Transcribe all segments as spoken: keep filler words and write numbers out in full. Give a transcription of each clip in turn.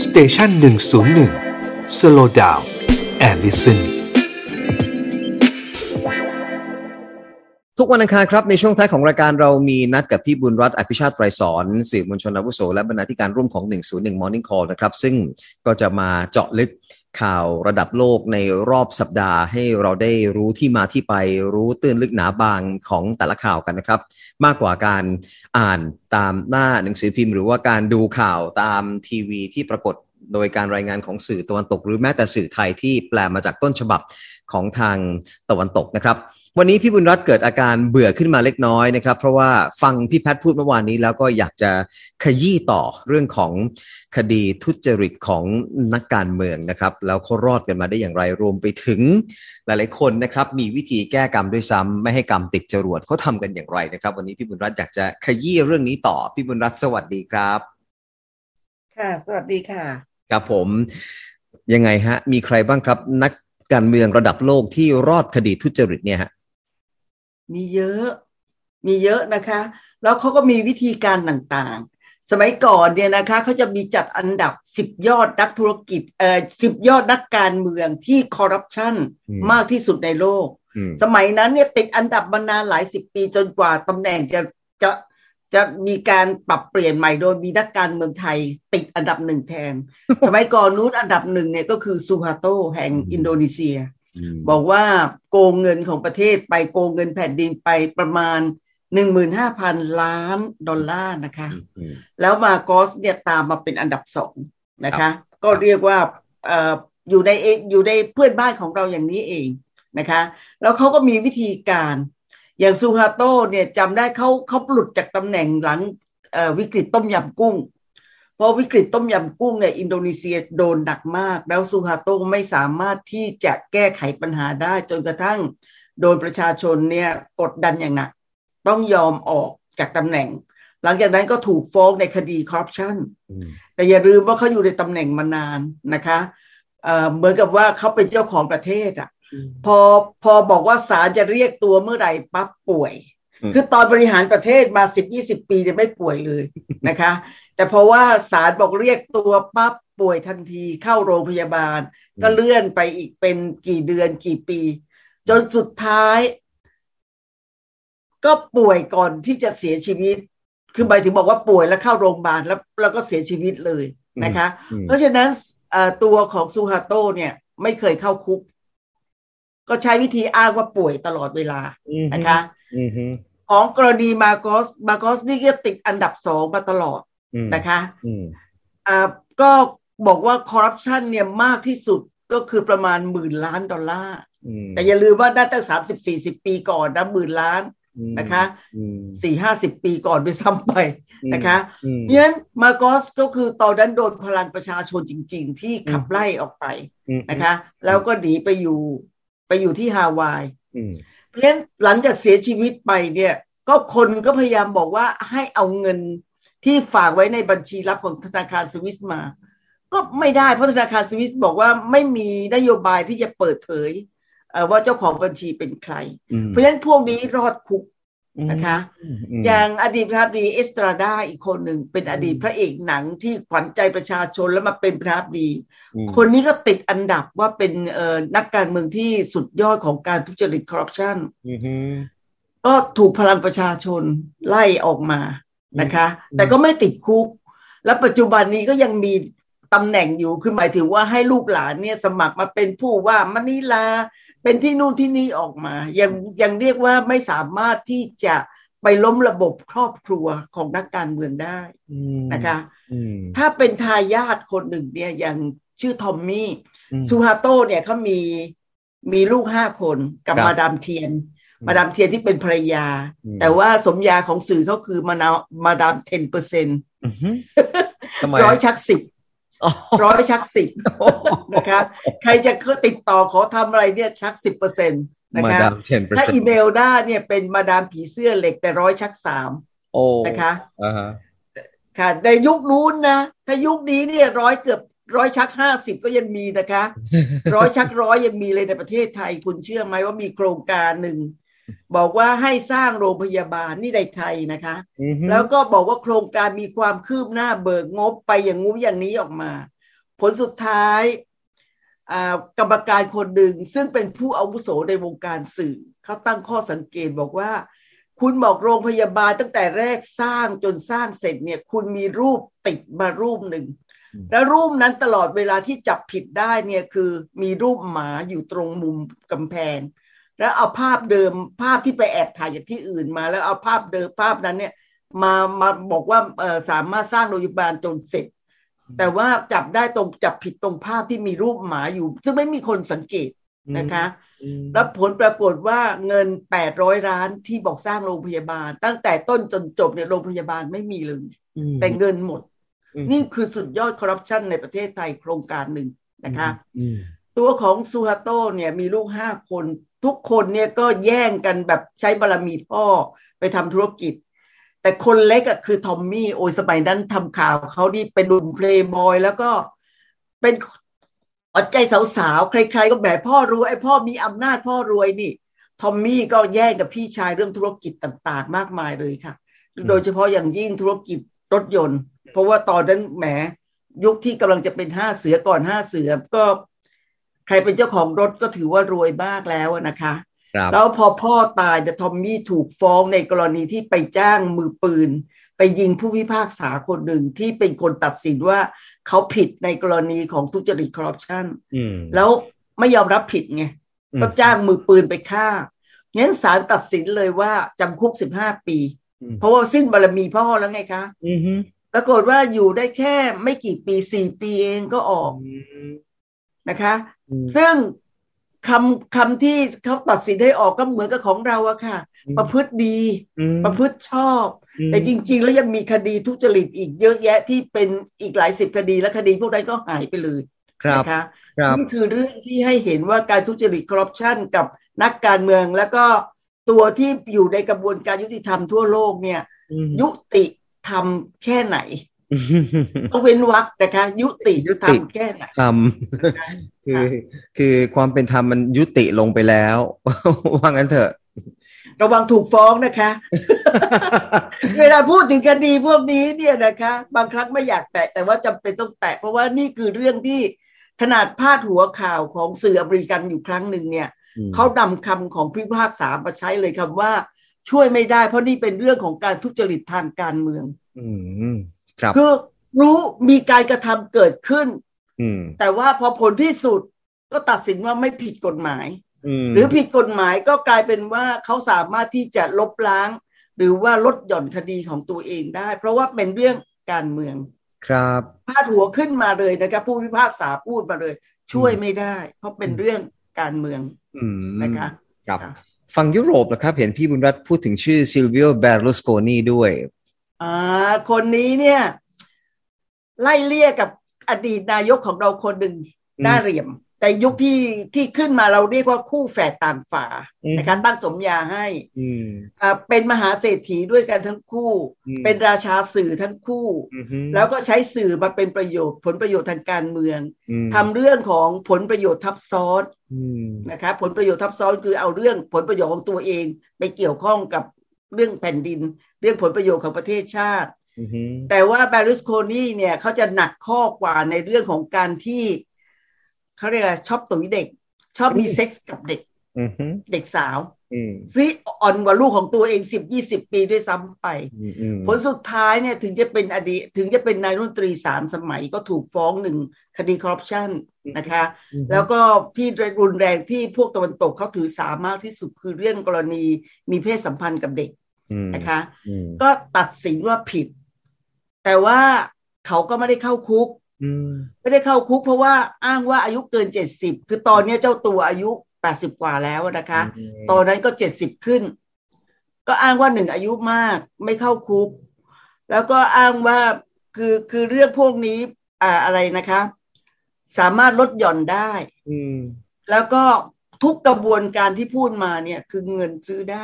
สเตชันหนึ่งศูนย์หนึ่ง Slow Down and Listen ทุกวันอังคารครับในช่วงท้ายของรายการเรามีนัดกับพี่บุญรัตน์อภิชาติไตรสอนสื่อมวลชนอาวุโสและบรรณาธิการร่วมของหนึ่งศูนย์หนึ่ง Morning Call นะครับซึ่งก็จะมาเจาะลึกข่าวระดับโลกในรอบสัปดาห์ให้เราได้รู้ที่มาที่ไปรู้ตื้นลึกหนาบางของแต่ละข่าวกันนะครับมากกว่าการอ่านตามหน้าหนังสือพิมพ์หรือว่าการดูข่าวตามทีวีที่ปรากฏโดยการรายงานของสื่อตะวันตกหรือแม้แต่สื่อไทยที่แปลมาจากต้นฉบับของทางตะวันตกนะครับวันนี้พี่บุญรัตน์เกิดอาการเบื่อขึ้นมาเล็กน้อยนะครับเพราะว่าฟังพี่แพทย์พูดเมื่อวานนี้แล้วก็อยากจะขยี้ต่อเรื่องของคดีทุจริตของนักการเมืองนะครับแล้วเขารอดกันมาได้อย่างไรรวมไปถึงหลายๆคนนะครับมีวิธีแก้กรรมด้วยซ้ำไม่ให้กรรมติดจรวดเขาทำกันอย่างไรนะครับวันนี้พี่บุญรัตน์อยากจะขยี้เรื่องนี้ต่อพี่บุญรัตน์สวัสดีครับค่ะสวัสดีค่ะครับผมยังไงฮะมีใครบ้างครับนักการเมืองระดับโลกที่รอดคดีทุจริตเนี่ยฮะมีเยอะมีเยอะนะคะแล้วเขาก็มีวิธีการต่างๆสมัยก่อนเนี่ยนะคะเขาจะมีจัดอันดับสิบยอดนักธุรกิจเอ่อสิบยอดนักการเมืองที่คอร์รัปชันมากที่สุดในโลกสมัยนั้นเนี่ยติดอันดับมานานหลายสิบปีจนกว่าตำแหน่งจะจะจะมีการปรับเปลี่ยนใหม่โดยมีนักการเมืองไทยติดอันดับหนึ่งแทน สมัยก่อนนู้นอันดับหนึ่งเนี่ยก็คือซูฮาโตแห่งอินโดนีเซียบอกว่าโกงเงินของประเทศไปโกงเงินแผ่นดินไปประมาณ หนึ่งหมื่นห้าพัน ล้านดอลลาร์นะคะแล้วมาโกสเนี่ยตามมาเป็นอันดับสองนะคะก็เรียกว่าเอ่ออยู่ในอยู่ในเพื่อนบ้านของเราอย่างนี้เองนะคะแล้วเขาก็มีวิธีการอย่างซูฮาโตเนี่ยจำได้เขาเขาหลุดจากตำแหน่งหลังวิกฤตต้มยำกุ้งเพราะวิกฤตต้มยำกุ้งเนี่ยอินโดนีเซียโดนหนักมากแล้วซูฮาโตไม่สามารถที่จะแก้ไขปัญหาได้จนกระทั่งโดนประชาชนเนี่ยกดดันอย่างหนักต้องยอมออกจากตำแหน่งหลังจากนั้นก็ถูกฟ้องในคดีคอร์รัปชันแต่อย่าลืมว่าเขาอยู่ในตำแหน่งมานานนะคะเอ่อเหมือนกับว่าเขาเป็นเจ้าของประเทศอ่ะพอพอบอกว่าศาลจะเรียกตัวเมื่อไหร่ปั๊บป่วยคือตอนบริหารประเทศมา สิบยี่สิบ ปีจะไม่ป่วยเลยนะคะแต่เพราะว่าศาลบอกเรียกตัวปั๊บป่วยทันทีเข้าโรงพยาบาลก็เลื่อนไปอีกเป็นกี่เดือนกี่ปีจนสุดท้ายก็ป่วยก่อนที่จะเสียชีวิตคือหมายถึงบอกว่าป่วยแล้วเข้าโรงพยาบาลแล้วแล้วก็เสียชีวิตเลยนะคะเพราะฉะนั้นตัวของซูฮาโตเนี่ยไม่เคยเข้าคุกก็ใช้วิธีอ้างว่าป่วยตลอดเวลานะคะของกรณีมาโกสมาโกสนี่ก็ติดอันดับสองมาตลอดนะคะอ่าก็บอกว่าคอร์รัปชันเนี่ยมากที่สุดก็คือประมาณหมื่นล้านดอลลาร์แต่อย่าลืมว่าได้ตั้งสามสิบสี่สิบปีก่อนนะหมื่นล้านนะคะสี่ห้าสิบปีก่อนด้วยซ้ำไปนะคะเพราะฉะนั้นมาโกสก็คือตอนนั้นโดนพลังประชาชนจริงๆที่ขับไล่ออกไปนะคะแล้วก็หนีไปอยู่ไปอยู่ที่ฮาวายเพราะฉะนั้นหลังจากเสียชีวิตไปเนี่ยก็คนก็พยายามบอกว่าให้เอาเงินที่ฝากไว้ในบัญชีลับของธนาคารสวิสมาก็ไม่ได้เพราะธนาคารสวิสบอกว่าไม่มีนโยบายที่จะเปิดเผยว่าเจ้าของบัญชีเป็นใครเพราะฉะนั้นพวกนี้รอดคุกนะคะอย่างอดีตพระดีเอสตราดาอีกคนหนึ่งเป็นอดีตพระเอกหนังที่ขวัญใจประชาชนแล้วมาเป็นพระดีคนนี้ก็ติดอันดับว่าเป็นนักการเมืองที่สุดยอดของการทุจริตคอร์รัปชันก็ถูกพลังประชาชนไล่ออกมานะคะแต่ก็ไม่ติดคุกและปัจจุบันนี้ก็ยังมีตำแหน่งอยู่คือหมายถึงว่าให้ลูกหลานเนี่ยสมัครมาเป็นผู้ว่ามะนิลาเป็นที่นู่นที่นี่ออกมายังยังเรียกว่าไม่สามารถที่จะไปล้มระบบครอบครัวของนักการเมืองได้นะคะถ้าเป็นทายาทคนหนึ่งเนี่ยอย่างชื่อทอมมี่ซูฮาโตเนี่ยเขามีมีลูกห้าคนกับมาดามเทียนมาดามเทียนที่เป็นภรรยาแต่ว่าสมญาของสื่อเขาคือมานามาดาม สิบเปอร์เซ็นต์ ร้อยชักสิบร้อยชักสิบนะคะใครจะติดต่อขอทำอะไรเนี่ยชักสิบเปอร์เซ็นต์นะคะถ้าอีเมลได้เนี่ยเป็นมาดามผีเสื้อเหล็กแต่ร้อยชักสามนะคะค่ะในยุคนู้นนะถ้ายุคนี้เนี่ยร้อยเกือบร้อยชักห้าสิบก็ยังมีนะคะร้อยชักร้อยยังมีเลยในประเทศไทยคุณเชื่อไหมว่ามีโครงการหนึ่งบอกว่าให้สร้างโรงพยาบาลนี่ในไทยนะคะแล้วก็บอกว่าโครงการมีความคืบหน้าเบิกงบไปอย่างงู้อย่างนี้ออกมาผลสุดท้ายกรรมการคนหนึ่งซึ่งเป็นผู้อาวุโสในวงการสื่อเขาตั้งข้อสังเกตบอกว่าคุณบอกโรงพยาบาลตั้งแต่แรกสร้างจนสร้างเสร็จเนี่ยคุณมีรูปติดมารูปหนึ่งแล้วรูปนั้นตลอดเวลาที่จับผิดได้เนี่ยคือมีรูปหมาอยู่ตรงมุมกำแพงแล้วเอาภาพเดิมภาพที่ไปแอบถ่ายจากที่อื่นมาแล้วเอาภาพเดิมภาพนั้นเนี่ยมามาบอกว่าเอ่อสามารถสร้างโรงพยาบาลจนเสร็จแต่ว่าจับได้ตรงจับผิดตรงภาพที่มีรูปหมาอยู่ซึ่งไม่มีคนสังเกตนะคะแล้วผลปรากฏว่าเงินแปดร้อยล้านที่บอกสร้างโรงพยาบาลตั้งแต่ต้นจนจบเนี่ยโรงพยาบาลไม่มีเลยแต่เงินหมดนี่คือสุดยอดคอร์รัปชันในประเทศไทยโครงการหนึ่งนะคะตัวของซูฮาโต้เนี่ยมีลูกห้าคนทุกคนเนี่ยก็แย่งกันแบบใช้บารมีพ่อไปทำธุรกิจแต่คนเล็กอ่ะคือทอมมี่โอ้ยสมัยนั้นทำข่าวเขานี่เป็นหนุ่มเพลย์บอยแล้วก็เป็นอดใจสาวๆใครๆก็แบบพ่อรวยไอ้พ่อมีอำนาจพ่อรวยนี่ทอมมี่ก็แย่งกับพี่ชายเรื่องธุรกิจต่างๆมากมายเลยค่ะโดยเฉพาะอย่างยิ่งธุรกิจรถยนต์เพราะว่าตอนนั้นแหมยุคที่กำลังจะเป็นห้าเสือก่อนห้าเสือก็ใครเป็นเจ้าของรถก็ถือว่ารวยมากแล้วนะคะแล้วพอพ่อตายแต่ทอมมี่ถูกฟ้องในกรณีที่ไปจ้างมือปืนไปยิงผู้พิพากษาคนหนึ่งที่เป็นคนตัดสินว่าเขาผิดในกรณีของทุจริตคอร์รัปชันแล้วไม่ยอมรับผิดไงก็จ้างมือปืนไปฆ่างั้นศาลตัดสินเลยว่าจำคุกสิบห้าปีเพราะว่าสิ้นบารมีพ่อแล้วไงคะปรากฏว่าอยู่ได้แค่ไม่กี่ปีสี่ปีเองก็ออกนะคะซึ่งคำคำที่เขาตัดสินให้ออกก็เหมือนกับของเราอะค่ะประพฤติดีประพฤติชอบแต่จริงๆแล้วยังมีคดีทุจริตอีกเยอะแยะที่เป็นอีกหลายสิบคดีและคดีพวกนั้นก็หายไปเลยนะคะนี่คือเรื่องที่ให้เห็นว่าการทุจริตคอร์รัปชันกับนักการเมืองแล้วก็ตัวที่อยู่ในกระบวนการยุติธรรมทั่วโลกเนี่ยยุติธรรมแค่ไหนต้องเว้นวรรคนะคะยุติธรรมแค่ไหนธรรมคือคือความเป็นธรรมมันยุติลงไปแล้วว่างั้นเถอะระวังถูกฟ้องนะคะ เวลาพูดถึงคดีพวกนี้เนี่ยนะคะบางครั้งไม่อยากแตะแต่ว่าจำเป็นต้องแตะเพราะว่านี่คือเรื่องที่ขนาดพาดหัวข่าวของสื่ออเมริกันอยู่ครั้งหนึ่งเนี่ยเขานำคำของผู้พิพากษามาใช้เลยคำว่าช่วยไม่ได้เพราะนี่เป็นเรื่องของการทุจริตทางการเมืองคือรู้มีการกระทำเกิดขึ้นแต่ว่าพอผลที่สุดก็ตัดสินว่าไม่ผิดกฎหมายหรือผิดกฎหมายก็กลายเป็นว่าเขาสามารถที่จะลบล้างหรือว่าลดหย่อนคดีของตัวเองได้เพราะว่าเป็นเรื่องการเมืองครับพาดหัวขึ้นมาเลยนะครับผู้พิพากษาพูดมาเลยช่วยไม่ได้เพราะเป็นเรื่องการเมืองนะคะครับฝั่งยุโรปนะครับเห็นพี่บุญรัตน์พูดถึงชื่อซิลวิโอ เบอร์ลูสโกนีด้วยอ่าคนนี้เนี่ยไล่เลี่ยกับอดีตนายกของเราคนหนึ่งหน้าเหลี่ยมแต่ยุคที่ที่ขึ้นมาเราเรียกว่าคู่แฝดต่างฝาในการตั้งสมญาให้อ่าเป็นมหาเศรษฐีด้วยกันทั้งคู่เป็นราชาสื่อทั้งคู่แล้วก็ใช้สื่อมาเป็นประโยชน์ผลประโยชน์ทางการเมืองทำเรื่องของผลประโยชน์ทับซ้อนนะคะผลประโยชน์ทับซ้อนคือเอาเรื่องผลประโยชน์ของตัวเองไปเกี่ยวข้องกับเรื่องแผ่นดินเรื่องผลประโยชน์ของประเทศชาติแต่ว่าเบอร์ลูสโคนีเนี่ยเขาจะหนักข้อกว่าในเรื่องของการที่เขาเรียกอะไรชอบตุ๋ยเด็กชอบมีเซ็กส์กับเด็กเด็กสาวซึ่งอ่อนกว่าลูกของตัวเองสิบยี่สิบปีด้วยซ้ำไปผลสุดท้ายเนี่ยถึงจะเป็นอดีตถึงจะเป็นนายรัฐมนตรีสามสมัยก็ถูกฟ้องหนึ่งคดีคอร์รัปชันนะคะแล้วก็ที่รุนแรงที่พวกตะวันตกเขาถือสามากที่สุดคือเรื่องกรณีมีเพศสัมพันธ์กับเด็กนะคะก็ตัดสินว่าผิดแต่ว่าเขาก็ไม่ได้เข้าคุกไม่ได้เข้าคุกเพราะว่าอ้างว่าอายุเกินเจ็ดสิบคือตอนนี้เจ้าตัวอายุแปดสิบกว่าแล้วนะคะตอนนั้นก็เจ็ดสิบขึ้นก็อ้างว่าหนึ่งอายุมากไม่เข้าคุกแล้วก็อ้างว่าคือคือเรื่องพวกนี้อ่าอะไรนะคะสามารถลดหย่อนได้แล้วก็ทุกกระบวนการที่พูดมาเนี่ยคือเงินซื้อได้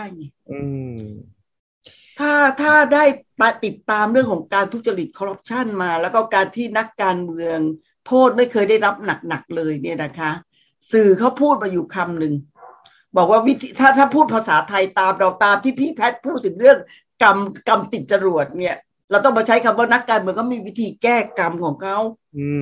ถ้าถ้าได้ติดตามเรื่องของการทุจริตคอร์รัปชันมาแล้วก็การที่นักการเมืองโทษไม่เคยได้รับหนักๆเลยเนี่ยนะคะสื่อเขาพูดมาอยู่คำหนึ่งบอกว่าวิธีถ้าถ้าพูดภาษาไทยตามเราตามที่พี่แพทย์พูดถึงเรื่องกรรมกรรมติดจรวดเนี่ยเราต้องมาใช้คำว่านักการเมืองก็มีวิธีแก้กรรมของเขา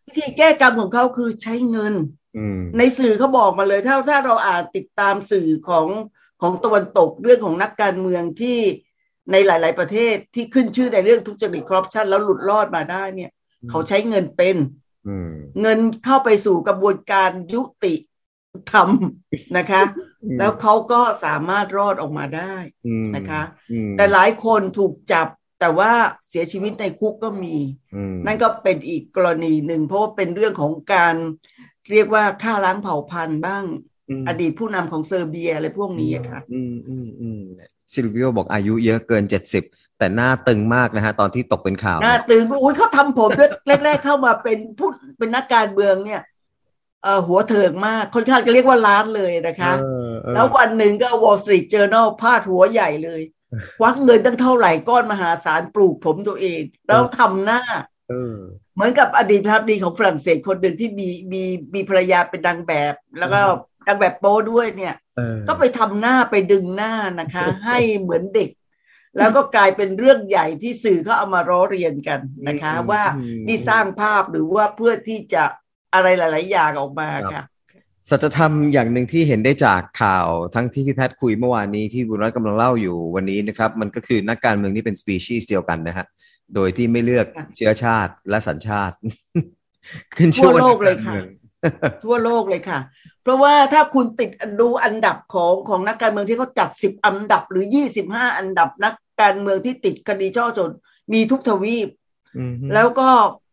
วิธีแก้กรรมของเขาคือใช้เงินในสื่อเขาบอกมาเลยถ้าถ้าเราอ่านติดตามสื่อของของตะวันตกเรื่องของนักการเมืองที่ในหลายๆประเทศที่ขึ้นชื่อในเรื่องทุจริตคอร์รัปชันแล้วหลุดรอดมาได้เนี่ยเขาใช้เงินเป็นเงินเข้าไปสู่กระบวนการยุติธรรมนะคะแล้วเขาก็สามารถรอดออกมาได้นะคะแต่หลายคนถูกจับแต่ว่าเสียชีวิตในคุกก็มีนั่นก็เป็นอีกกรณีหนึ่งเพราะว่าเป็นเรื่องของการเรียกว่าฆ่าล้างเผ่าพันธุ์บ้างอดีตผู้นำของเซอร์เบียอะไรพวกนี้ค่ะซิลวิโอบอกอายุเยอะเกินเจ็ดสิบแต่หน้าตึงมากนะฮะตอนที่ตกเป็นข่าวหน้าตึงอุ้ยเขาทำผมแรกๆเข้ามาเป็นผู้เป็นนักการเมืองเนี่ยเอ่อหัวเถิงมากค่อนข้างจะเรียกว่าล้านเลยนะคะแล้ววันหนึ่งก็ Wall Street Journal พาดหัวใหญ่เลยควักเงินตั้งเท่าไหร่ก้อนมหาศาลปลูกผมตัวเองแล้วทำหน้าเหมือนกับอดีตประธานาธิบดีของฝรั่งเศสคนหนึ่งที่มีมีมีภรรยาเป็นนางแบบแล้วก็นางแบบโป๊ด้วยเนี่ยก็ไปทำหน้าไปดึงหน้านะคะให้เหมือนเด็กแล้วก็กลายเป็นเรื่องใหญ่ที่สื่อเขาเอามาล้อเรียนกันนะคะว่านี่สร้างภาพหรือว่าเพื่อที่จะอะไรหลายๆอย่างออกมาค่ะสัจธรรมอย่างหนึ่งที่เห็นได้จากข่าวทั้งที่พี่แพทย์คุยเมื่อวานนี้ที่บุญรัตน์กำลังเล่าอยู่วันนี้นะครับมันก็คือนักการเมืองนี่เป็นสปีชีส์เดียวกันนะฮะโดยที่ไม่เลือกเชื้อชาติและสัญชาติขึ้นชื่อทั่วโลกเลยค่ะทั่วโลกเลยค่ะเพราะว่าถ้าคุณติดดูอันดับของของนักการเมืองที่เขาจัดสิบอันดับหรือยี่สิบห้าอันดับนักการเมืองที่ติดคดีช่อฉนมีทุกทวีปแล้วก็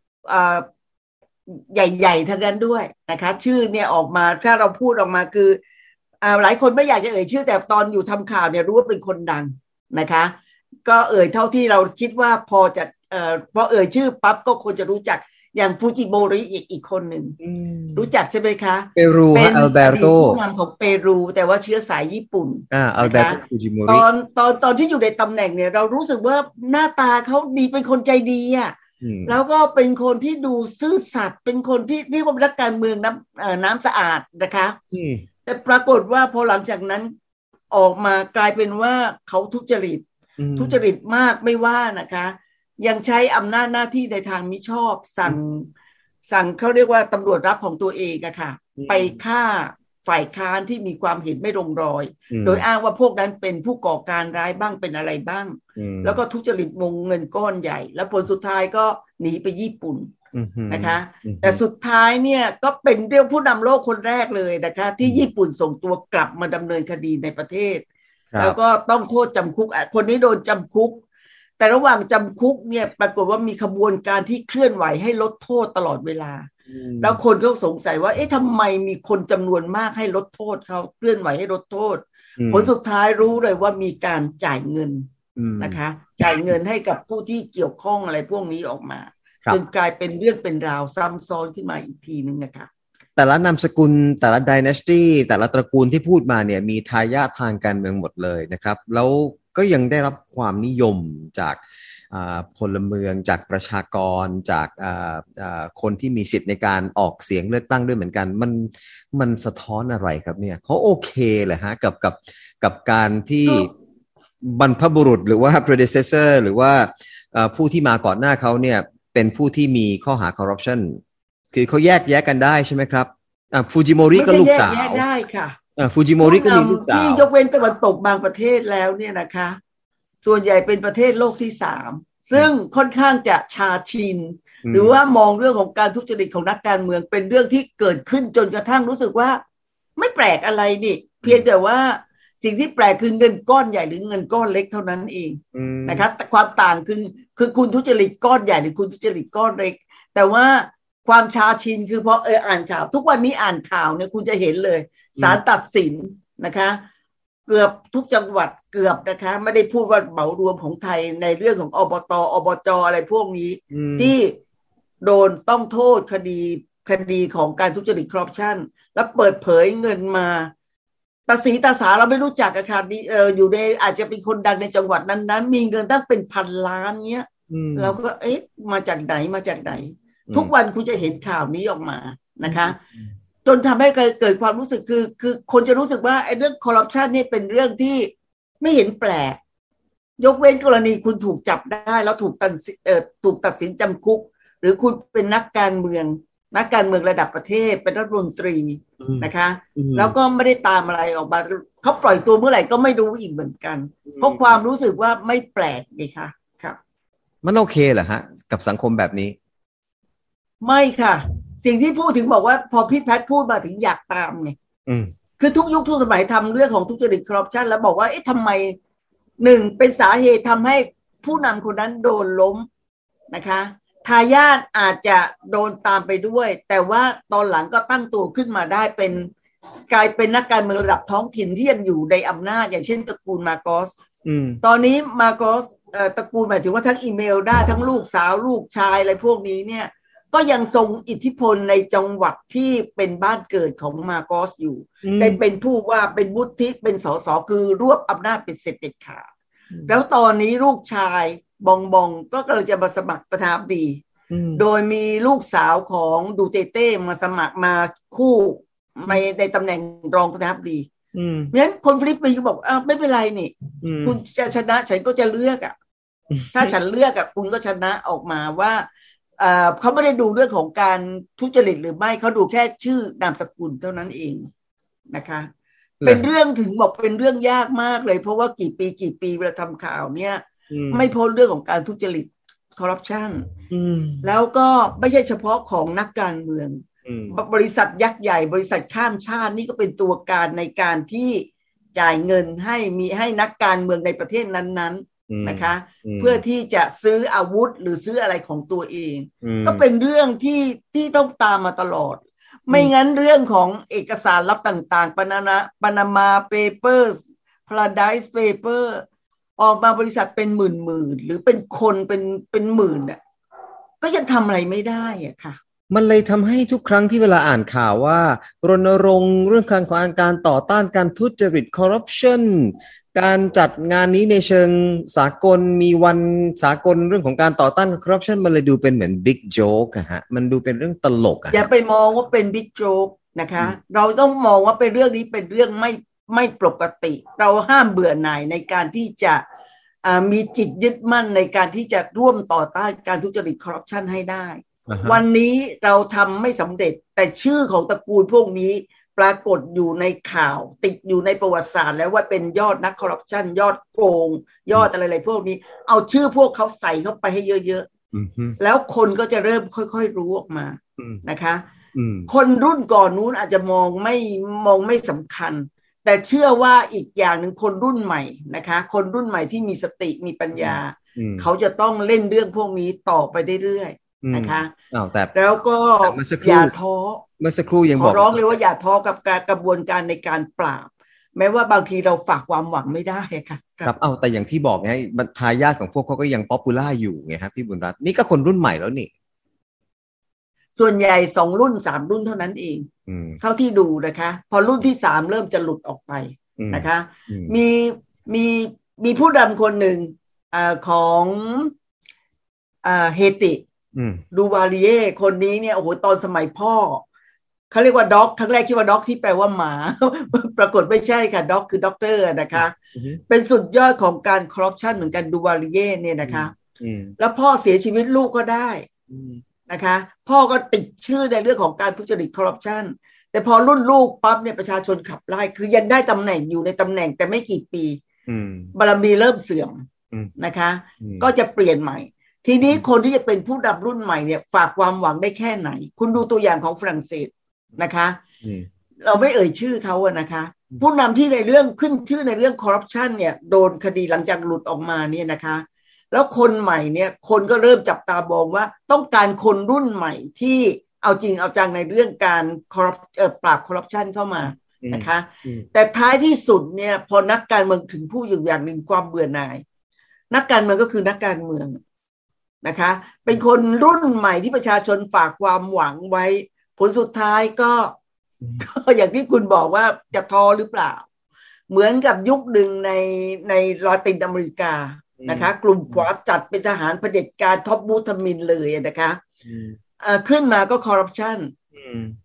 ใหญ่ๆทั้งนั้นด้วยนะคะชื่อเนี่ยออกมาถ้าเราพูดออกมาคืออ่าหลายคนไม่อยากจะเอ่ยชื่อแต่ตอนอยู่ทำข่าวเนี่ยรู้ว่าเป็นคนดังนะคะก็เอ่ยเท่าที่เราคิดว่าพอจะเอ่อพอเอ่ยชื่อปั๊บก็ควรจะรู้จักอย่างฟูจิโมริอีกอีกคนหนึ่งรู้จักใช่ไหมคะเปรูเป็นอัลเบโตผู้นำของเปรูแต่ว่าเชื้อสายญี่ปุ่นอ่าอัลเบโตฟูจิโมริตอนตอนตอนที่อยู่ในตำแหน่งเนี่ยเรารู้สึกว่าหน้าตาเขาดีเป็นคนใจดีอ่ะแล้วก็เป็นคนที่ดูซื่อสัตย์เป็นคนที่เรียกว่านักการเมืองน้ำเอ่อน้ำสะอาดนะคะแต่ปรากฏว่าพอหลังจากนั้นออกมากลายเป็นว่าเขาทุจริตทุจริตมากไม่ว่านะคะยังใช้อำนาจหน้าที่ในทางมิชอบสั่งสั่งเขาเรียกว่าตำรวจรับของตัวเองอะค่ะไปฆ่าฝ่ายค้านที่มีความเห็นไม่ลงรอยโดยอ้างว่าพวกนั้นเป็นผู้ก่อการร้ายบ้างเป็นอะไรบ้างแล้วก็ทุจริตวงเงินก้อนใหญ่แล้วผลสุดท้ายก็หนีไปญี่ปุ่นนะคะแต่สุดท้ายเนี่ยก็เป็นเรื่องผู้นำโลกคนแรกเลยนะคะที่ญี่ปุ่นส่งตัวกลับมาดำเนินคดีในประเทศแล้วก็ต้องโทษจำคุกคนนี้โดนจำคุกแต่ระหว่างจำคุกเนี่ยปรากฏว่ามีขบวนการที่เคลื่อนไหวให้ลดโทษตลอดเวลาแล้วคนก็สงสัยว่าเอ๊ะทำไมมีคนจำนวนมากให้ลดโทษเขาเคลื่อนไหวให้ลดโทษผลสุดท้ายรู้เลยว่ามีการจ่ายเงินนะคะจ่ายเงินให้กับผู้ที่เกี่ยวข้องอะไรพวกนี้ออกมาจนกลายเป็นเรื่องเป็นราวซ้ำซ้อนขึ้นมาอีกทีนึงนะคะแต่ละนามสกุลแต่ละดินาสตี้แต่ละตระกูลที่พูดมาเนี่ยมีทายาททางการเมืองหมดเลยนะครับแล้วก็ยังได้รับความนิยมจากพลเมืองจากประชากรจากคนที่มีสิทธิ์ในการออกเสียงเลือกตั้งด้วยเหมือนกันมันมันสะท้อนอะไรครับเนี่ยเขาโอเคเลยฮะกับกับกับการที่บรรพบุรุษหรือว่า predecessor หรือว่าผู้ที่มาก่อนหน้าเขาเนี่ยเป็นผู้ที่มีข้อหา corruption คือเขาแยกแยะกันได้ใช่ไหมครับฟูจิโมริก็ลูกสาวแยกได้ค่ะฟูจิโมริก็มีลูกสาวที่ยกเว้นตะวันตกบางประเทศแล้วเนี่ยนะคะส่วนใหญ่เป็นประเทศโลกที่สามซึ่งค่อนข้างจะชาชินหรือว่ามองเรื่องของการทุจริตของนักการเมืองเป็นเรื่องที่เกิดขึ้นจนกระทั่งรู้สึกว่าไม่แปลกอะไรนี่เพียงแต่ว่าสิ่งที่แปลกคือเงินก้อนใหญ่หรือเงินก้อนเล็กเท่านั้นเองนะคะแต่ความต่างคือคือคุณทุจริตก้อนใหญ่หรือคุณทุจริตก้อนเล็กแต่ว่าความชาชินคือพอเอออ่านข่าวทุกวันนี้อ่านข่าวเนี่ยคุณจะเห็นเลยศาลตัดสินนะคะเกือบทุกจังหวัดเกือบนะคะไม่ได้พูดว่าเหมารวมของไทยในเรื่องของอบต.อบจ.อะไรพวกนี้ที่โดนต้องโทษคดีคดีของการทุจริตคอร์รัปชันแล้วเปิดเผยเงินมาตาสีตาสาเราไม่รู้จักอะค่ะนี่เอออยู่ในอาจจะเป็นคนดังในจังหวัดนั้นๆมีเงินตั้งเป็นพันล้านเงี้ยเราก็เอ๊ะมาจากไหนมาจากไหนทุกวันคุณจะเห็นข่าวนี้ออกมานะคะจนทำให้เกิดความรู้สึกคือคือคนจะรู้สึกว่าไอ้เรื่องคอร์รัปชันนี่เป็นเรื่องที่ไม่เห็นแปลกยกเว้นกรณีคุณถูกจับได้แล้วถูกตัดเอ่อถูกตัดสินจำคุกหรือคุณเป็นนักการเมืองนักการเมืองระดับประเทศเป็นรัฐมนตรีนะคะแล้วก็ไม่ได้ตามอะไรออกมาเขาปล่อยตัวเมื่อไหร่ก็ไม่รู้อีกเหมือนกันเพราะความรู้สึกว่าไม่แปลกนี่ค่ะครับมันโอเคเหรอฮะกับสังคมแบบนี้ไม่ค่ะสิ่งที่พูดถึงบอกว่าพอพี่แพทพูดมาถึงอยากตามไงคือทุกยุคทุกสมัยทำเรื่องของทุจริตคอร์รัปชันแล้วบอกว่าเอ๊ะทำไมหนึ่งเป็นสาเหตุทำให้ผู้นำคนนั้นโดนล้มนะคะทายาทอาจจะโดนตามไปด้วยแต่ว่าตอนหลังก็ตั้งตัวขึ้นมาได้เป็นกลายเป็นนักการเมืองระดับท้องถิ่นที่ยังอยู่ในอำนาจอย่างเช่นตระกูลมาโกสตอนนี้มาโกสตระกูลหมายถึงว่าทั้งอีเมลได้ทั้งลูกสาวลูกชายอะไรพวกนี้เนี่ยก็ยังทรงอิทธิพลในจังหวัดที่เป็นบ้านเกิดของมาโกสอยู่ได้เป็นผู้ว่าเป็นวุฒิเป็นสสคือรวบอำนาจเป็นเสร็จเด็ดขาดแล้วตอนนี้ลูกชายบองบองก็กำลังจะมาสมัครประธานาธิบดีโดยมีลูกสาวของดูเตเต้มาสมัครมาคู่ในในตำแหน่งรองประธานาธิบดีเพราะฉะนั้นคนฟิลิปปินส์ก็บอกอ้าวไม่เป็นไรนี่คุณจะชนะฉันก็จะเลือกอ่ะถ้าฉันเลือกอ่ะคุณก็ชนะออกมาว่าเขาไม่ได้ดูเรื่องของการทุจริตหรือไม่เขาดูแค่ชื่อนามสกุลเท่านั้นเองนะคะเป็นเรื่องถึงบอกเป็นเรื่องยากมากเลยเพราะว่ากี่ปีกี่ปีเวลาทำข่าวเนี่ยไม่พ้นเรื่องของการทุจริตคอร์รัปชันแล้วก็ไม่ใช่เฉพาะของนักการเมืองบริษัทยักษ์ใหญ่บริษัทข้ามชาตินี่ก็เป็นตัวการในการที่จ่ายเงินให้มีให้นักการเมืองในประเทศนั้นๆนะคะเพื่อที่จะซื้ออาวุธหรือซื้ออะไรของตัวเองก็เป็นเรื่องที่ที่ต้องตามมาตลอดไม่งั้นเรื่องของเอกสารลับต่างๆปานาปานามาเปเปอร์สพาราไดซ์เปเปอร์ออกมาบริษัทเป็นหมื่นๆหรือเป็นคนเป็นเป็นหมื่นอ่ะก็ยังทำอะไรไม่ได้อ่ะค่ะมันเลยทำให้ทุกครั้งที่เวลาอ่านข่าวว่ารณรงค์เรื่องการของการต่อต้านการทุจริตคอร์รัปชันการจัดงานนี้ในเชิงสากลมีวันสากลเรื่องของการต่อต้านคอร์รัปชันมันเลยดูเป็นเหมือนบิ๊กโจ๊กอะฮะมันดูเป็นเรื่องตลกอะอย่าไปมองว่าเป็นบิ๊กโจ๊กนะคะเราต้องมองว่าเป็นเรื่องนี้เป็นเรื่องไม่ไม่ปกติเราห้ามเบื่อหน่ายในการที่จะมีจิตยึดมั่นในการที่จะร่วมต่อต้านการทุจริตคอร์รัปชันให้ได้ uh-huh. วันนี้เราทำไม่สำเร็จแต่ชื่อของตระกูลพวกนี้ปรากฏอยู่ในข่าวติดอยู่ในประวัติศาสตร์แล้วว่าเป็นยอดนักคอร์รัปชันยอดโกงยอดอะไรๆพวกนี้เอาชื่อพวกเขาใส่เข้าไปให้เยอะๆ uh-huh. แล้วคนก็จะเริ่มค่อยๆรู้ออกมา uh-huh. นะคะ uh-huh. คนรุ่นก่อนนู้นอาจจะมองไม่มองไม่สำคัญแต่เชื่อว่าอีกอย่างหนึ่งคนรุ่นใหม่นะคะคนรุ่นใหม่ที่มีสติมีปัญญาเขาจะต้องเล่นเรื่องพวกนี้ต่อไปเรื่อยๆนะคะแล้วก็อย่าท้อเมื่อสักครู่ยังบอกขอร้องเลยว่าอย่าท้อกับการกระบวนการในการปราบแม้ว่าบางทีเราฝากความหวังไม่ได้ค่ะครับเอาแต่อย่างที่บอกไงทายาทของพวกเขาก็ยังป๊อปปูล่าอยู่ไงครับพี่บุญรัตน์นี่ก็คนรุ่นใหม่แล้วนี่ส่วนใหญ่สองรุ่นสามรุ่นเท่านั้นเองเท่าที่ดูนะคะพอรุ่นที่สามเริ่มจะหลุดออกไปนะคะมีมีมีผู้นำคนหนึ่งอของเฮติดูวาลีเย่คนนี้เนี่ยโอ้โหตอนสมัยพ่อเขาเรียกว่าด็อกครั้งแรกชื่อว่าด็อกที่แปลว่าหมา ปรากฏไม่ใช่ค่ะด็อกคือด็อกเตอร์นะคะเป็นสุดยอดของการคอร์รัปชันเหมือนกันดูวาลีเย่เนี่ยนะคะแล้วพ่อเสียชีวิตลูกก็ได้นะคะพ่อก็ติดชื่อในเรื่องของการทุจริตคอร์รัปชันแต่พอรุ่นลูกปั๊บเนี่ยประชาชนขับไล่คือยังได้ตำแหน่งอยู่ในตำแหน่งแต่ไม่กี่ปีบารมีเริ่มเสื่อมนะคะก็จะเปลี่ยนใหม่ทีนี้คนที่จะเป็นผู้นำรุ่นใหม่เนี่ยฝากความหวังได้แค่ไหนคุณดูตัวอย่างของฝรั่งเศสนะคะเราไม่เอ่ยชื่อเขาอะนะคะผู้นำที่ในเรื่องขึ้นชื่อในเรื่องคอร์รัปชันเนี่ยโดนคดีหลังจากหลุดออกมาเนี่ยนะคะแล้วคนใหม่เนี่ยคนก็เริ่มจับตามองว่าต้องการคนรุ่นใหม่ที่เอาจริงเอาจังในเรื่องการปราบคอร์รัปชันเข้ามานะคะแต่ท้ายที่สุดเนี่ยพอนักการเมืองถึงผู้อยู่อย่างหนึ่งความเบื่อหน่ายนักการเมืองก็คือนักการเมืองนะคะเป็นคนรุ่นใหม่ที่ประชาชนฝากความหวังไว้ผลสุดท้ายก็ก็อย่างที่คุณบอกว่าจะท้อหรือเปล่าเหมือนกับยุคหนึ่งในในลาตินอเมริกานะคะกลุ่มขวาจัดเป็นทหารเผด็จการท็อปบูธมินเลยนะคะขึ้นมาก็คอร์รัปชัน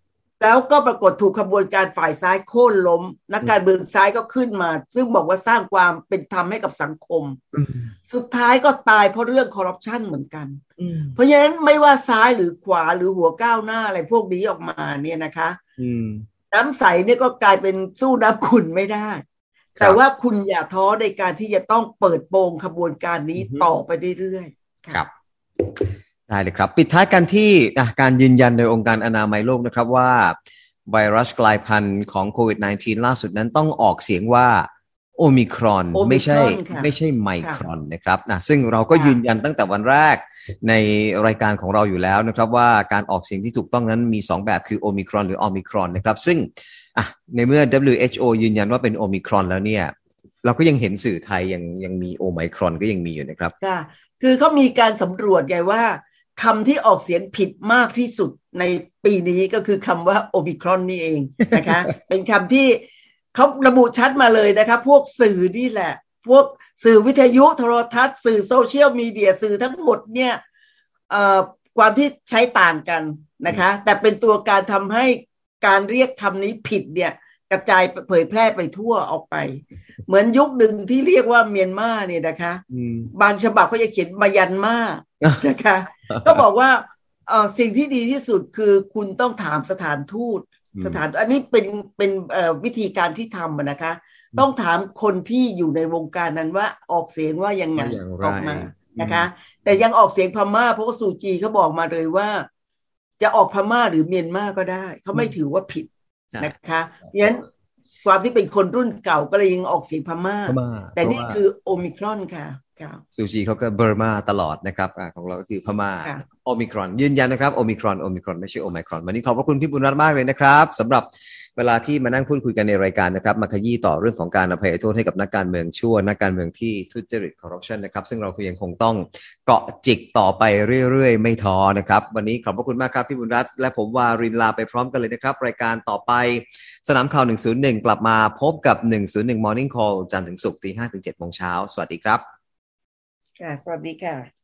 แล้วก็ปรากฏถูกขบวนการฝ่ายซ้ายโค่นล้มนักการเมืองซ้ายก็ขึ้นมาซึ่งบอกว่าสร้างความเป็นธรรมให้กับสังคมสุดท้ายก็ตายเพราะเรื่องคอร์รัปชันเหมือนกันเพราะฉะนั้นไม่ว่าซ้ายหรือขวาหรือหัวก้าวหน้าอะไรพวกนี้ออกมาเนี่ยนะคะน้ำใสเนี่ยก็กลายเป็นสู้น้ำขุ่นไม่ได้แต่ว่าคุณอย่าท้อในการที่จะต้องเปิดโปงขบวนการนี้ต่อไปเรื่อยๆครับได้เลยครับปิดท้ายกันที่การยืนยันโดยองค์การอนามัยโลกนะครับว่าไวรัสกลายพันธุ์ของโควิด สิบเก้า ล่าสุดนั้นต้องออกเสียงว่าโอมิครอนไม่ใช่ไม่ใช่ไมครอนนะครับนะซึ่งเราก็ยืนยันตั้งแต่วันแรกในรายการของเราอยู่แล้วนะครับว่าการออกเสียงที่ถูกต้องนั้นมีสองแบบคือโอมิครอนหรือออมิครอนนะครับซึ่งอ่ะในเมื่อ ดับเบิลยู เอช โอ ยืนยันว่าเป็นโอมิครอนแล้วเนี่ยเราก็ยังเห็นสื่อไทยยังยังมีโอไมครอนก็ยังมีอยู่นะครับค่ะคือเขามีการสำรวจไงว่าคำที่ออกเสียงผิดมากที่สุดในปีนี้ก็คือคำว่าโอมิครอนนี่เองนะคะ เป็นคำที่เขาระบุชัดมาเลยนะคะพวกสื่อนี่แหละพวกสื่อวิทยุโทรทัศน์สื่อโซเชียลมีเดียสื่อทั้งหมดเนี่ยความที่ใช้ต่างกันนะคะแต่เป็นตัวการทำให้การเรียกคำนี้ผิดเนี่ยกระจายเผยแพร่ไปทั่วออกไปเหมือนยุคหนึ่งที่เรียกว่าเมียนมาเนี่ยนะคะบางฉบับก็จะเขียนมายันมานะคะก็บอกว่าเอ่อสิ่งที่ดีที่สุดคือคุณต้องถามสถานทูตสถานอันนี้เป็นเป็นเอ่อวิธีการที่ทำนะคะต้องถามคนที่อยู่ในวงการนั้นว่าออกเสียงว่ายังไงออกมานะคะแต่ยังออกเสียงพม่าเพราะว่าซูจีเขาบอกมาเลยว่าจะออกพม่าหรือเมียนมาก็ได้เขาไม่ถือว่าผิดนะคะเพราะฉะนั้นความที่เป็นคนรุ่นเก่าก็เลยยังออกเสียงพม่าแต่นี่คือโอมิครอนค่ะซูจีเขาก็เบอร์มาตลอดนะครับของเราก็คือพม่าโอมิครอนยืนยันนะครับโอมิครอนโอมิครอนไม่ใช่โอไมครอนวันนี้ขอบพระคุณพี่บุญรัตน์มากเลยนะครับสำหรับเวลาที่มานั่งพูดคุยกันในรายการนะครับมาขยี้ต่อเรื่องของการอภัยโทษให้กับนักการเมืองชั่วนักการเมืองที่ทุจริตคอร์รัปชันนะครับซึ่งเรายังคงต้องเกาะจิกต่อไปเรื่อยๆไม่ท้อนะครับวันนี้ขอบพระคุณมากครับพี่บุญรัตน์และผมวารินลาไปพร้อมกันเลยนะครับรายการต่อไปสนามข่าวหนึ่งศูนย์หนึ่งกลับมาพบกับหนึ่งศูนย์หนึ่ง Morning Call จันทร์ถึงศุกร์ตีห้าถึงเจ็ดโมงเช้าสวัสดีครับค่ะสวัสดีค่ะ